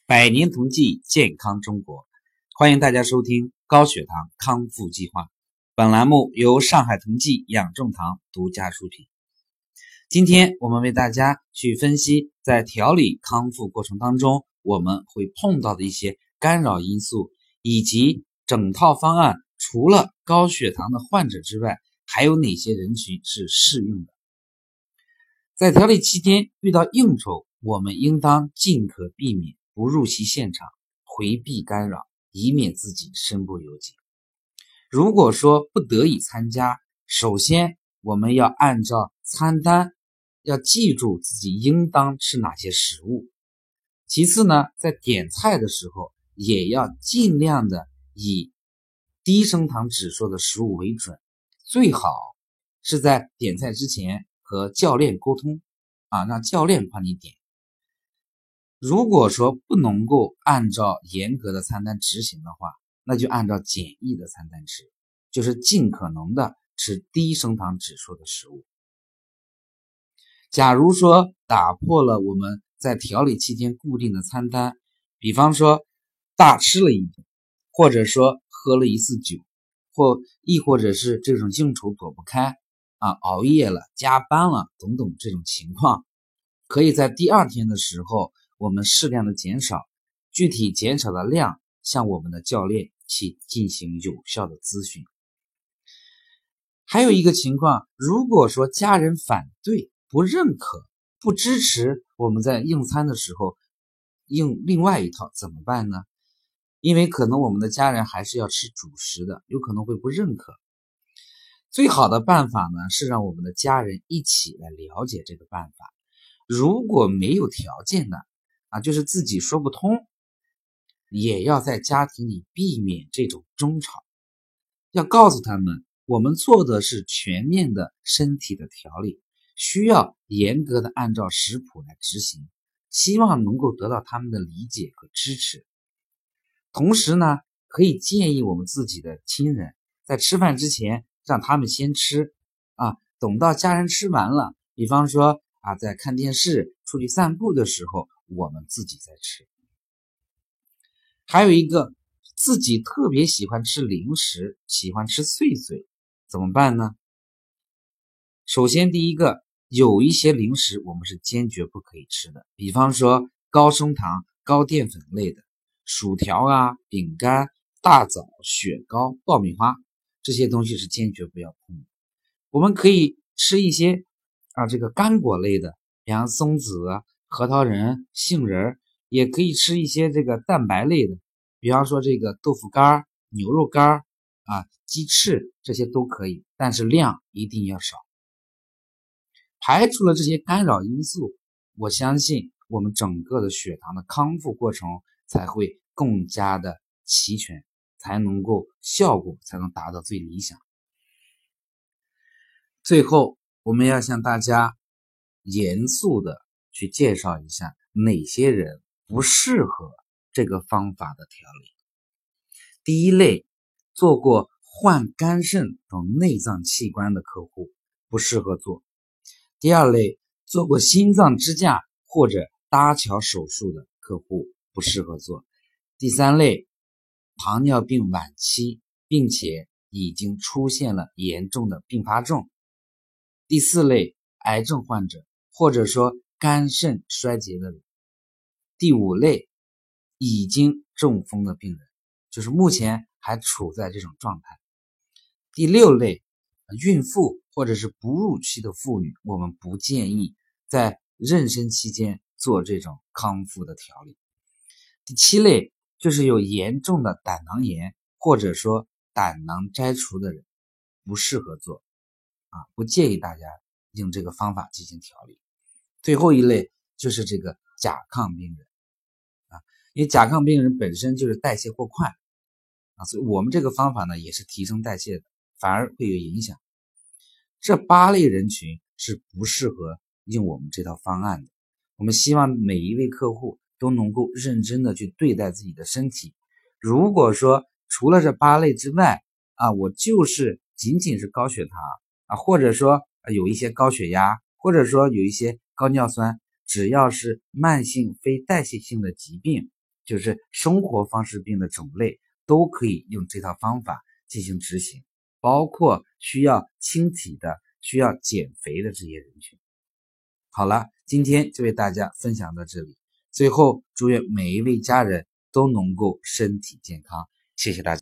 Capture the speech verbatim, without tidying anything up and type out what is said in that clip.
百年同济，健康中国，欢迎大家收听高血糖康复计划。本栏目由上海同济养正堂独家出品。今天我们为大家去分析在调理康复过程当中我们会碰到的一些干扰因素，以及整套方案除了高血糖的患者之外，还有哪些人群是适用的。在调理期间遇到应酬，我们应当尽可避免不入其现场，回避干扰，以免自己身不由己。如果说不得已参加，首先我们要按照餐单，要记住自己应当吃哪些食物。其次呢，在点菜的时候也要尽量的以低升糖指数的食物为准，最好是在点菜之前和教练沟通啊，让教练帮你点。如果说不能够按照严格的餐单执行的话，那就按照简易的餐单吃，就是尽可能的吃低升糖指数的食物。假如说打破了我们在调理期间固定的餐单，比方说大吃了一顿，或者说喝了一次酒，或亦或者是这种应酬躲不开啊，熬夜了、加班了等等这种情况，可以在第二天的时候我们适量的减少，具体减少的量向我们的教练去进行有效的咨询。还有一个情况，如果说家人反对、不认可、不支持我们在用餐的时候用另外一套怎么办呢？因为可能我们的家人还是要吃主食的，有可能会不认可。最好的办法呢，是让我们的家人一起来了解这个办法。如果没有条件的啊，就是自己说不通，也要在家庭里避免这种争吵，要告诉他们我们做的是全面的身体的调理，需要严格的按照食谱来执行，希望能够得到他们的理解和支持。同时呢，可以建议我们自己的亲人在吃饭之前让他们先吃啊，等到家人吃完了，比方说啊，在看电视、出去散步的时候，我们自己在吃。还有一个，自己特别喜欢吃零食，喜欢吃碎碎，怎么办呢？首先第一个，有一些零食我们是坚决不可以吃的，比方说高升糖、高淀粉类的，薯条啊、饼干、大枣、雪糕、爆米花，这些东西是坚决不要碰的。我们可以吃一些啊，这个干果类的，比方松子、核桃仁、杏仁，也可以吃一些这个蛋白类的，比方说这个豆腐干、牛肉干啊、鸡翅，这些都可以，但是量一定要少。排除了这些干扰因素，我相信我们整个的血糖的康复过程才会更加的齐全，才能够效果才能达到最理想。最后，我们要向大家严肃的去介绍一下哪些人不适合这个方法的调理。第一类，做过换肝肾等内脏器官的客户不适合做。第二类，做过心脏支架或者搭桥手术的客户不适合做。第三类，糖尿病晚期并且已经出现了严重的并发症。第四类，癌症患者或者说肝肾衰竭的人。第五类，已经中风的病人，就是目前还处在这种状态。第六类，孕妇或者是哺乳期的妇女，我们不建议在妊娠期间做这种康复的调理。第七类，就是有严重的胆囊炎或者说胆囊摘除的人，不适合做啊，不建议大家用这个方法进行调理。最后一类就是这个甲亢病人啊，因为甲亢病人本身就是代谢过快啊，所以我们这个方法呢也是提升代谢的，反而会有影响。这八类人群是不适合用我们这套方案的。我们希望每一位客户都能够认真的去对待自己的身体。如果说除了这八类之外啊，我就是仅仅是高血糖啊，或者说有一些高血压，或者说有一些高尿酸，只要是慢性非代谢性的疾病， 就是生活方式病的种类都可以用这套方法进行执行，包括需要轻体的、需要减肥的这些人群。好了，今天就为大家分享到这里。最后，祝愿每一位家人都能够身体健康，谢谢大家。